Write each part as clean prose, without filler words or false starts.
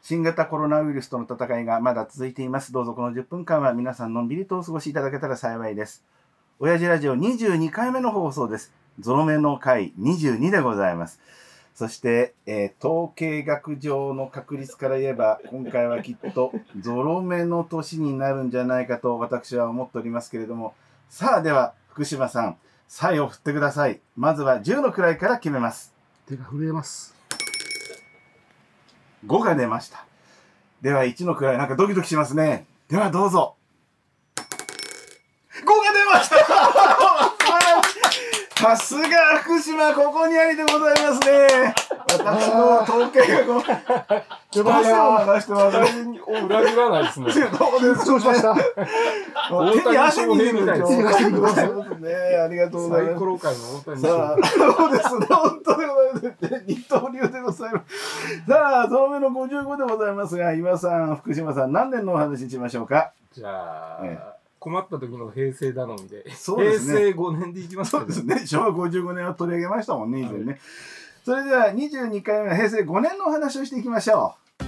新型コロナウイルスとの戦いがまだ続いています。どうぞこの10分間は皆さんのんびりとお過ごしいただけたら幸いです。親父ラジオ22回目の放送です。ゾロ目の回22でございます。そして、統計学上の確率から言えば、今回はきっとゾロ目の年になるんじゃないかと私は思っておりますけれども、さあでは福島さん、サイを振ってください。まずは10の位から決めます。 手が震えます。 5が出ました。では1の位、なんかドキドキしますね。ではどうぞ。5が出ましたさすが福島、ここにありでございますね。私の統計学の汗を流してますね。 裏切らないですね。 どうですそうしました。 手に汗に出る状態でございますね。ありがとうございます。 サイコロ界の大谷さあ、そうですね。本当でございます。二刀流でございます。さあ、ゾロ目の55でございますが、岩さん、福島さん、何年のお話にしましょうか。 じゃあ、困った時の平成頼みで、 そうですね、 平成5年でいきますか、 そうですね。昭和55年を取り上げましたもんね、以前ね。それでは22回目の平成5年のお話をしていきましょう。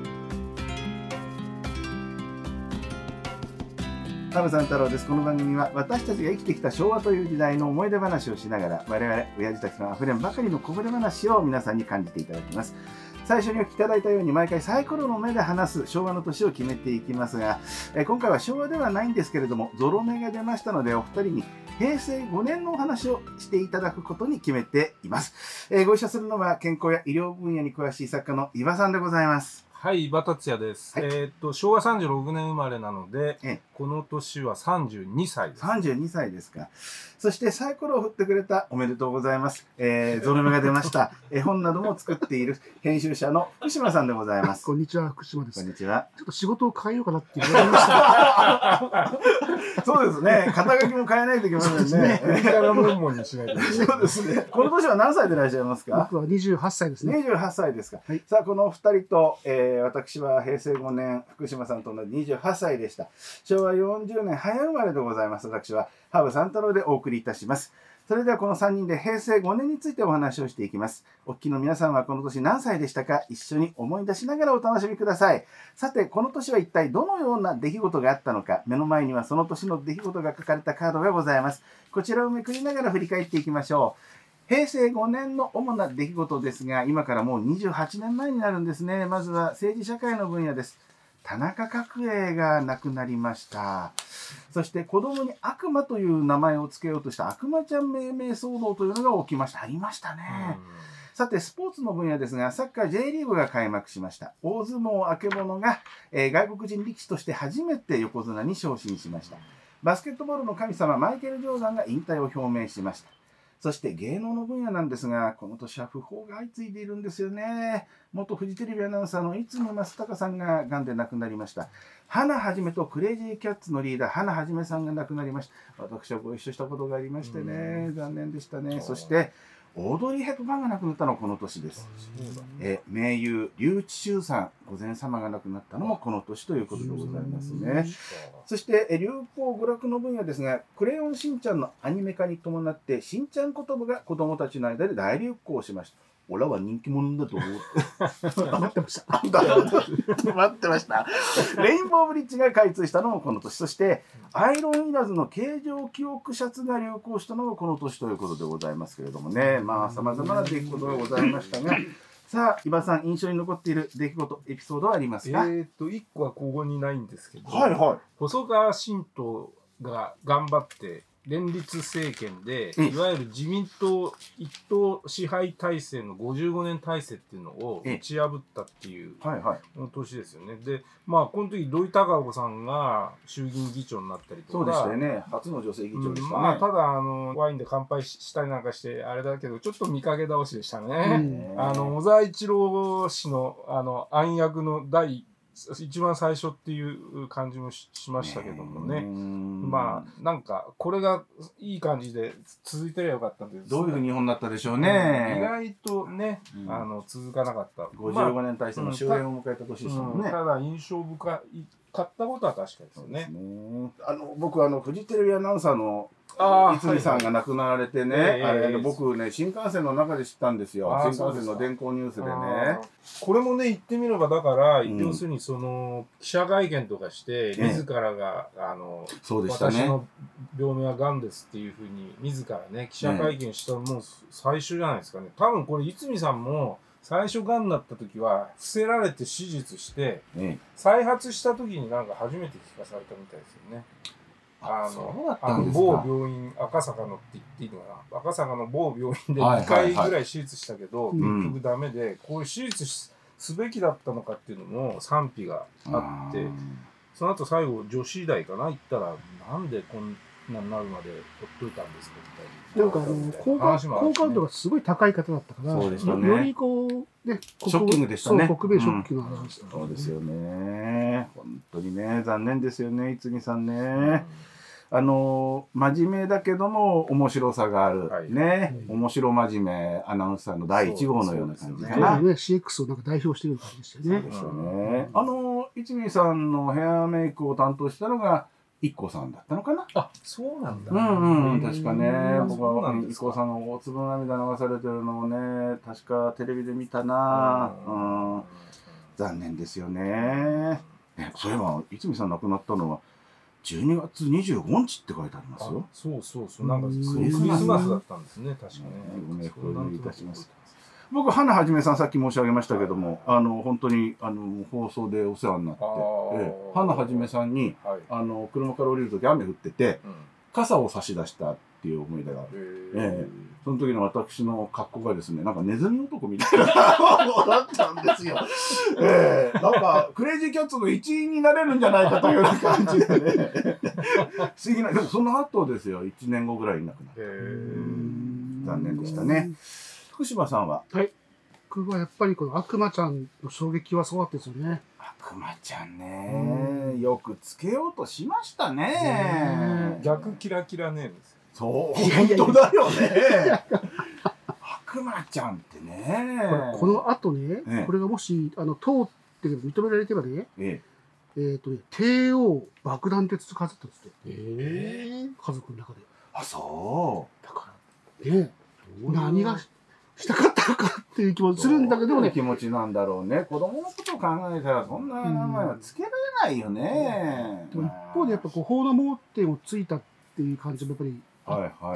羽生さん太郎です。この番組は私たちが生きてきた昭和という時代の思い出話をしながら、我々親父たちのあふれんばかりのこぼれ話を皆さんに感じていただきます。最初にお聞きいただいたように毎回サイコロの目で話す昭和の年を決めていきますが、今回は昭和ではないんですけれどもゾロ目が出ましたのでお二人に平成5年のお話をしていただくことに決めています。ご一緒するのは健康や医療分野に詳しい作家の伊庭さんでございます。 はい、伊庭達也です。 はい、 昭和36年生まれなので、この年は32歳です。 32歳ですか。そしてサイコロを振ってくれた、おめでとうございます。ゾロ目が出ました。絵本なども作っている編集者の福島さんでございます。 こんにちは、福島です。 こんにちは。 ちょっと仕事を変えようかなって言われました。 そうですね。肩書きも変えないといけませんね。 上からもんもんにしないといけない。 そうですね。この年は何歳でいらっしゃいますか？ 僕は28歳ですね。 28歳ですか。 はい、 さあ、このお二人と、私は平成5年、福島さんと同じ28歳でした。昭和40年早生まれでございます。私は羽生三太郎でお送りいたします。それではこの3人で平成5年についてお話をしていきます。お聞きの皆さんはこの年何歳でしたか？一緒に思い出しながらお楽しみください。さて、この年は一体どのような出来事があったのか、目の前にはその年の出来事が書かれたカードがございます。こちらをめくりながら振り返っていきましょう。平成5年の主な出来事ですが、今からもう28年前になるんですね。まずは政治社会の分野です。田中角栄が亡くなりました。そして子供に悪魔という名前を付けようとした悪魔ちゃん命名騒動というのが起きました。ありましたね。さて、スポーツの分野ですが、サッカー J リーグが開幕しました。大相撲あけぼのが、外国人力士として初めて横綱に昇進しました。バスケットボールの神様マイケル・ジョーダンが引退を表明しました。そして芸能の分野なんですが、この年は訃報が相次いでいるんですよね。元フジテレビアナウンサーの逸見正孝さんが癌で亡くなりました。花はじめとクレイジーキャッツのリーダー、花はじめさんが亡くなりました。私はご一緒したことがありましてね、残念でしたね。そして、オードリー・ヘップバーンが亡くなったのはこの年です。名優、笠智衆さん、御前様が亡くなったのもこの年ということでございますね。そして、流行娯楽の分野ですが、クレヨンしんちゃんのアニメ化に伴って、しんちゃん言葉が子供たちの間で大流行しました。オラは人気者だと思う。 待ってました。 待ってました。レインボーブリッジが開通したのもこの年。そして、アイロンいらずの形状記憶シャツが流行したのもこの年ということでございますけれどもね。まあ、様々な出来事がございましたが、さあ、伊庭さん、印象に残っている出来事、エピソードはありますか ？1個はここにないんですけど、 はいはい。 細川新党が頑張って、連立政権で、いわゆる自民党一党支配体制の55年体制っていうのを打ち破ったっていう年ですよね。で、まあ、この時土井孝子さんが衆議院議長になったりとか。 そうでしたよね。初の女性議長でしたね。 まあ、ただ、ワインで乾杯したりなんかして、あれだけど、ちょっと見かけ倒しでしたね。小沢一郎氏の、暗躍の一番最初っていう感じも しましたけどもね。まあ、なんか、これがいい感じで続いてればよかったんです。 どういう日本だったでしょうね。 意外とね、続かなかった。 55年体制の終焉を迎えた年でしたもんね。 ただ、印象深い、買ったことは確かですよね。 僕はフジテレビアナウンサーの泉さんが亡くなられてね、あれ僕ね新幹線の中で知ったんですよ。新幹線の電光ニュースでね。 これもね言ってみればだから要するにその記者会見とかして自らがそうでしたね。 私の病名はがんですっていうふうに自らね記者会見したもう最初じゃないですかね。多分これ泉さんも最初がんになった時は伏せられて手術して再発した時になんか初めて聞かされたみたいですよね。某病院、赤坂のって言っていいのかな、赤坂の某病院で2回ぐらい手術したけど、結局ダメで、こういう手術すべきだったのかっていうのも賛否があって、その後最後、女子医大かな、行ったら、なんでこんなになるまでほっといたんですかみたいな。 好感度がすごい高い方だったから、よりこう、ね、 ショッキングでしたね。 国名ショッキングの話でした。 そうですよね。本当にね、残念ですよね、泉さんね。真面目だけども面白さがある、ね、面白真面目アナウンサーの第1号のような感じかな。 CX をなんか代表している感じですよね。 そうですよね。泉さんのヘアメイクを担当したのがIKKOさんだったのかな。 あ、そうなんだ。 確かね、僕はIKKOさんの大粒の涙流されてるのをね、確かテレビで見たな。残念ですよね。そういえば泉さん亡くなったのは12月25日って書いてありますよ。 そう。なんかクリスマスだったんですね、確かね。 ご冥福をお願いいたします。僕、花はじめさんさっき申し上げましたけども、本当に放送でお世話になって、花はじめさんに、車から降りるとき雨降ってて、傘を差し出したっていう思い出がある。その時の私の格好がですね、なんかネズミ男みたいな格好だったんですよ。なんかクレイジーキャッツの一員になれるんじゃないかというような感じでね。不思議な、でもその後ですよ、1年後ぐらいに亡くなった。残念でしたね。福島さんは？ はい。僕はやっぱりこの悪魔ちゃんの衝撃はすごかったですよね。 悪魔ちゃんね、よくつけようとしましたね。 逆キラキラネームです。 そう、本当だよね。悪魔ちゃんってね。 この後ね、これがもし通って認められてばね、帝王爆弾鉄飾ってたんですって。家族の中で。 あ、そう。 だからね、何がしたかったのかっていう気もするんだけどね。 気持ちなんだろうね。子供のことを考えたらそんな名前はつけられないよね。 でも一方でやっぱ法の盲点をついたっていう感じもやっぱりあって、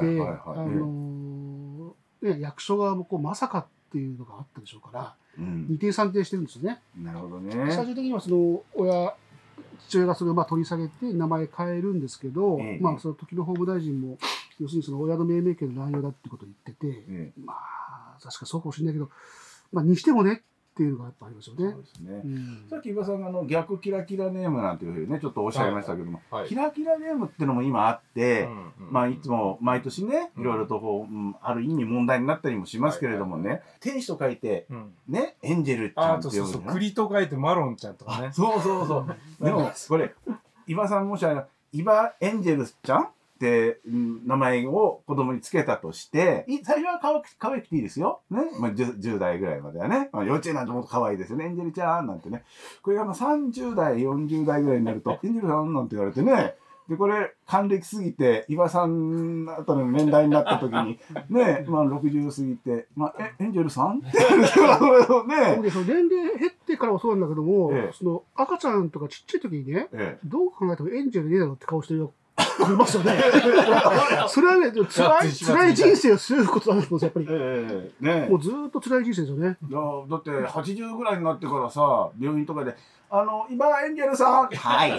役所側もまさかっていうのがあったでしょうから、二転三転してるんですよね。 なるほどね。 最終的にはその父親がそれを取り下げて名前変えるんですけど、その時の法務大臣も要するにその親の命名権の乱用だってことを言ってて、確かそうかもしれないけど、にしてもねっていうのがやっぱありますよね。 そうですね。さっき伊庭さんが逆キラキラネームなんていうふうにねちょっとおっしゃいましたけども、キラキラネームってのも今あって、いつも毎年ねいろいろとある意味問題になったりもしますけれどもね、天使と書いてねエンジェルちゃんっていう、 栗と書いてマロンちゃんとかね。 そうでもこれ伊庭さんもし伊庭エンジェルちゃんって名前を子供につけたとして、最初は可愛くていいですよ。ね。10代ぐらいまではね。幼稚園なんてもっと可愛いですよね。エンジェルちゃんなんてね。これが30代、40代ぐらいになると、エンジェルさんなんて言われてね。で、これ、還暦すぎて、伊庭さんあたりの年代になった時に、ね、60過ぎて、エンジェルさんって言われて、ね。 年齢減ってからはそうなんだけども、その赤ちゃんとかちっちゃい時にね、どう考えてもエンジェルねえだろって顔してるよ。ありますよね。それはね、辛い人生をすることなんですよ、やっぱり。もうずっと辛い人生ですよね。 だって80ぐらいになってからさ、病院とかで、今エンジェルさん、はい。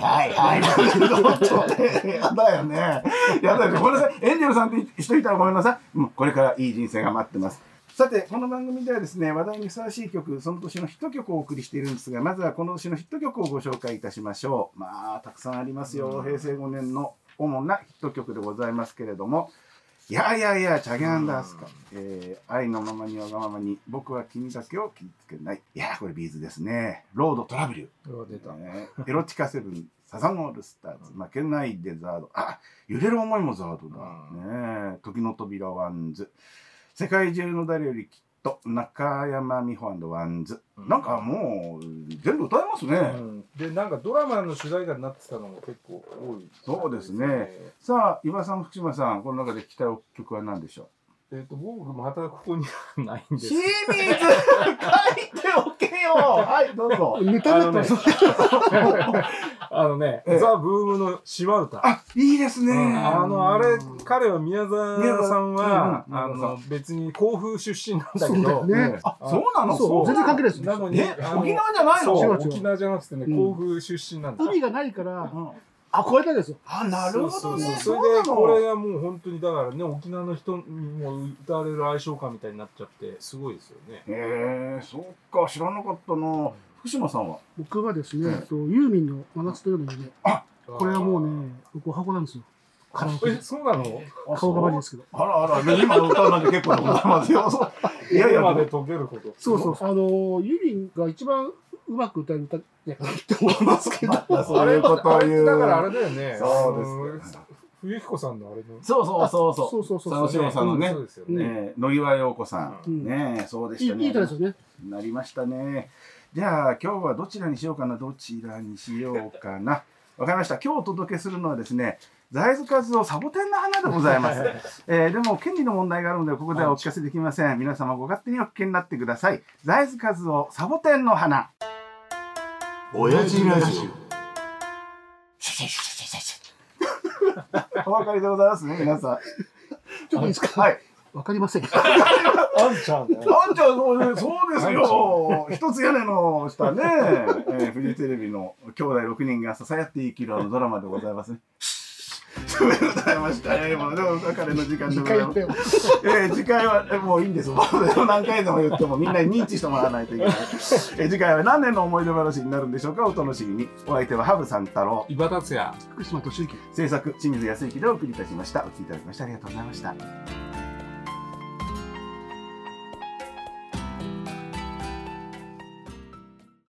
やだよね。ごめんなさい。エンジェルさんって人いたらごめんなさい。これからいい人生が待ってます。さて、この番組ではですね、話題にふさわしい曲、その年のヒット曲をお送りしているんですが、まずはこの年のヒット曲をご紹介いたしましょう。たくさんありますよ。平成5年の主なヒット曲でございますけれども、チャゲアンダースカ、愛のままにわがままに、僕は君だけを傷つけない。これビーズですね。ロードトラブル。エロチカセブン、サザンオールスターズ、負けないでザード。揺れる思いもザードだ。ね、時の扉ワンズ。世界中の誰よりきっと中山美穂&ワンズ。なんかもう全部歌えますね。 でなんかドラマの主題歌になってたのも結構多い。 そうですね。さあ伊庭さん、福島さん、この中で聴きたい曲は何でしょう？ 僕またここにないんです。 清水書いておけよ。はい、どうぞ。 ネタだったザ・ブームの島唄。 あ、いいですね。 あれ、彼は宮沢さんは、別に甲府出身なんだけど。 あ、そうなの？ 全然関係ないです。 なのに、 沖縄じゃないの？ 沖縄じゃなくてね、甲府出身なんです。 海がないから、これだけですよ。 なるほどね。 それでこれがもう本当にだからね、沖縄の人にも歌われる相性歌みたいになっちゃってすごいですよね。 そっか、知らなかったな。福島さんは？ 僕はですね、ユーミンの真夏と夜の夢。これはもうね、僕箱なんですよ。 そうなの？ 顔が悪いですけど。 あら、今の歌なんで結構でございますよ。 いやまで溶けるほど。 そう、ユーミンが一番うまく歌える歌やなって思いますけど。 そういうことを言う。 だからあれだよね。 そうです。 冬彦さんのあれの。 そう。 佐野史郎さんのね。野岩陽子さん。そうでしたね。 いい歌ですよね。 なりましたね。じゃあ今日はどちらにしようかな。わかりました。今日お届けするのはですね、財津和夫サボテンの花でございます。でも権利の問題があるのでここではお聞かせできません。皆様ご勝手にお聞きになってください。財津和夫サボテンの花。親父ラジオ。お分かりでございますね、皆さん。 ちょっといいですか？ はい。 わかりません。 あんちゃん、そうですよ。一つ屋根の下ね、フジテレビの兄弟6人が支え合って生きるドラマでございますね。ございましたね。もうでも別れの時間でございます。次回はもういいんです。何回でも言ってもみんなに認知してもらわないといけない。次回は何年の思い出話になるんでしょうか。お楽しみに。お相手は羽生三太郎、 伊庭達也、 福島俊之、 制作清水康之でお送りいたしました。お聞きいただきましてありがとうございました。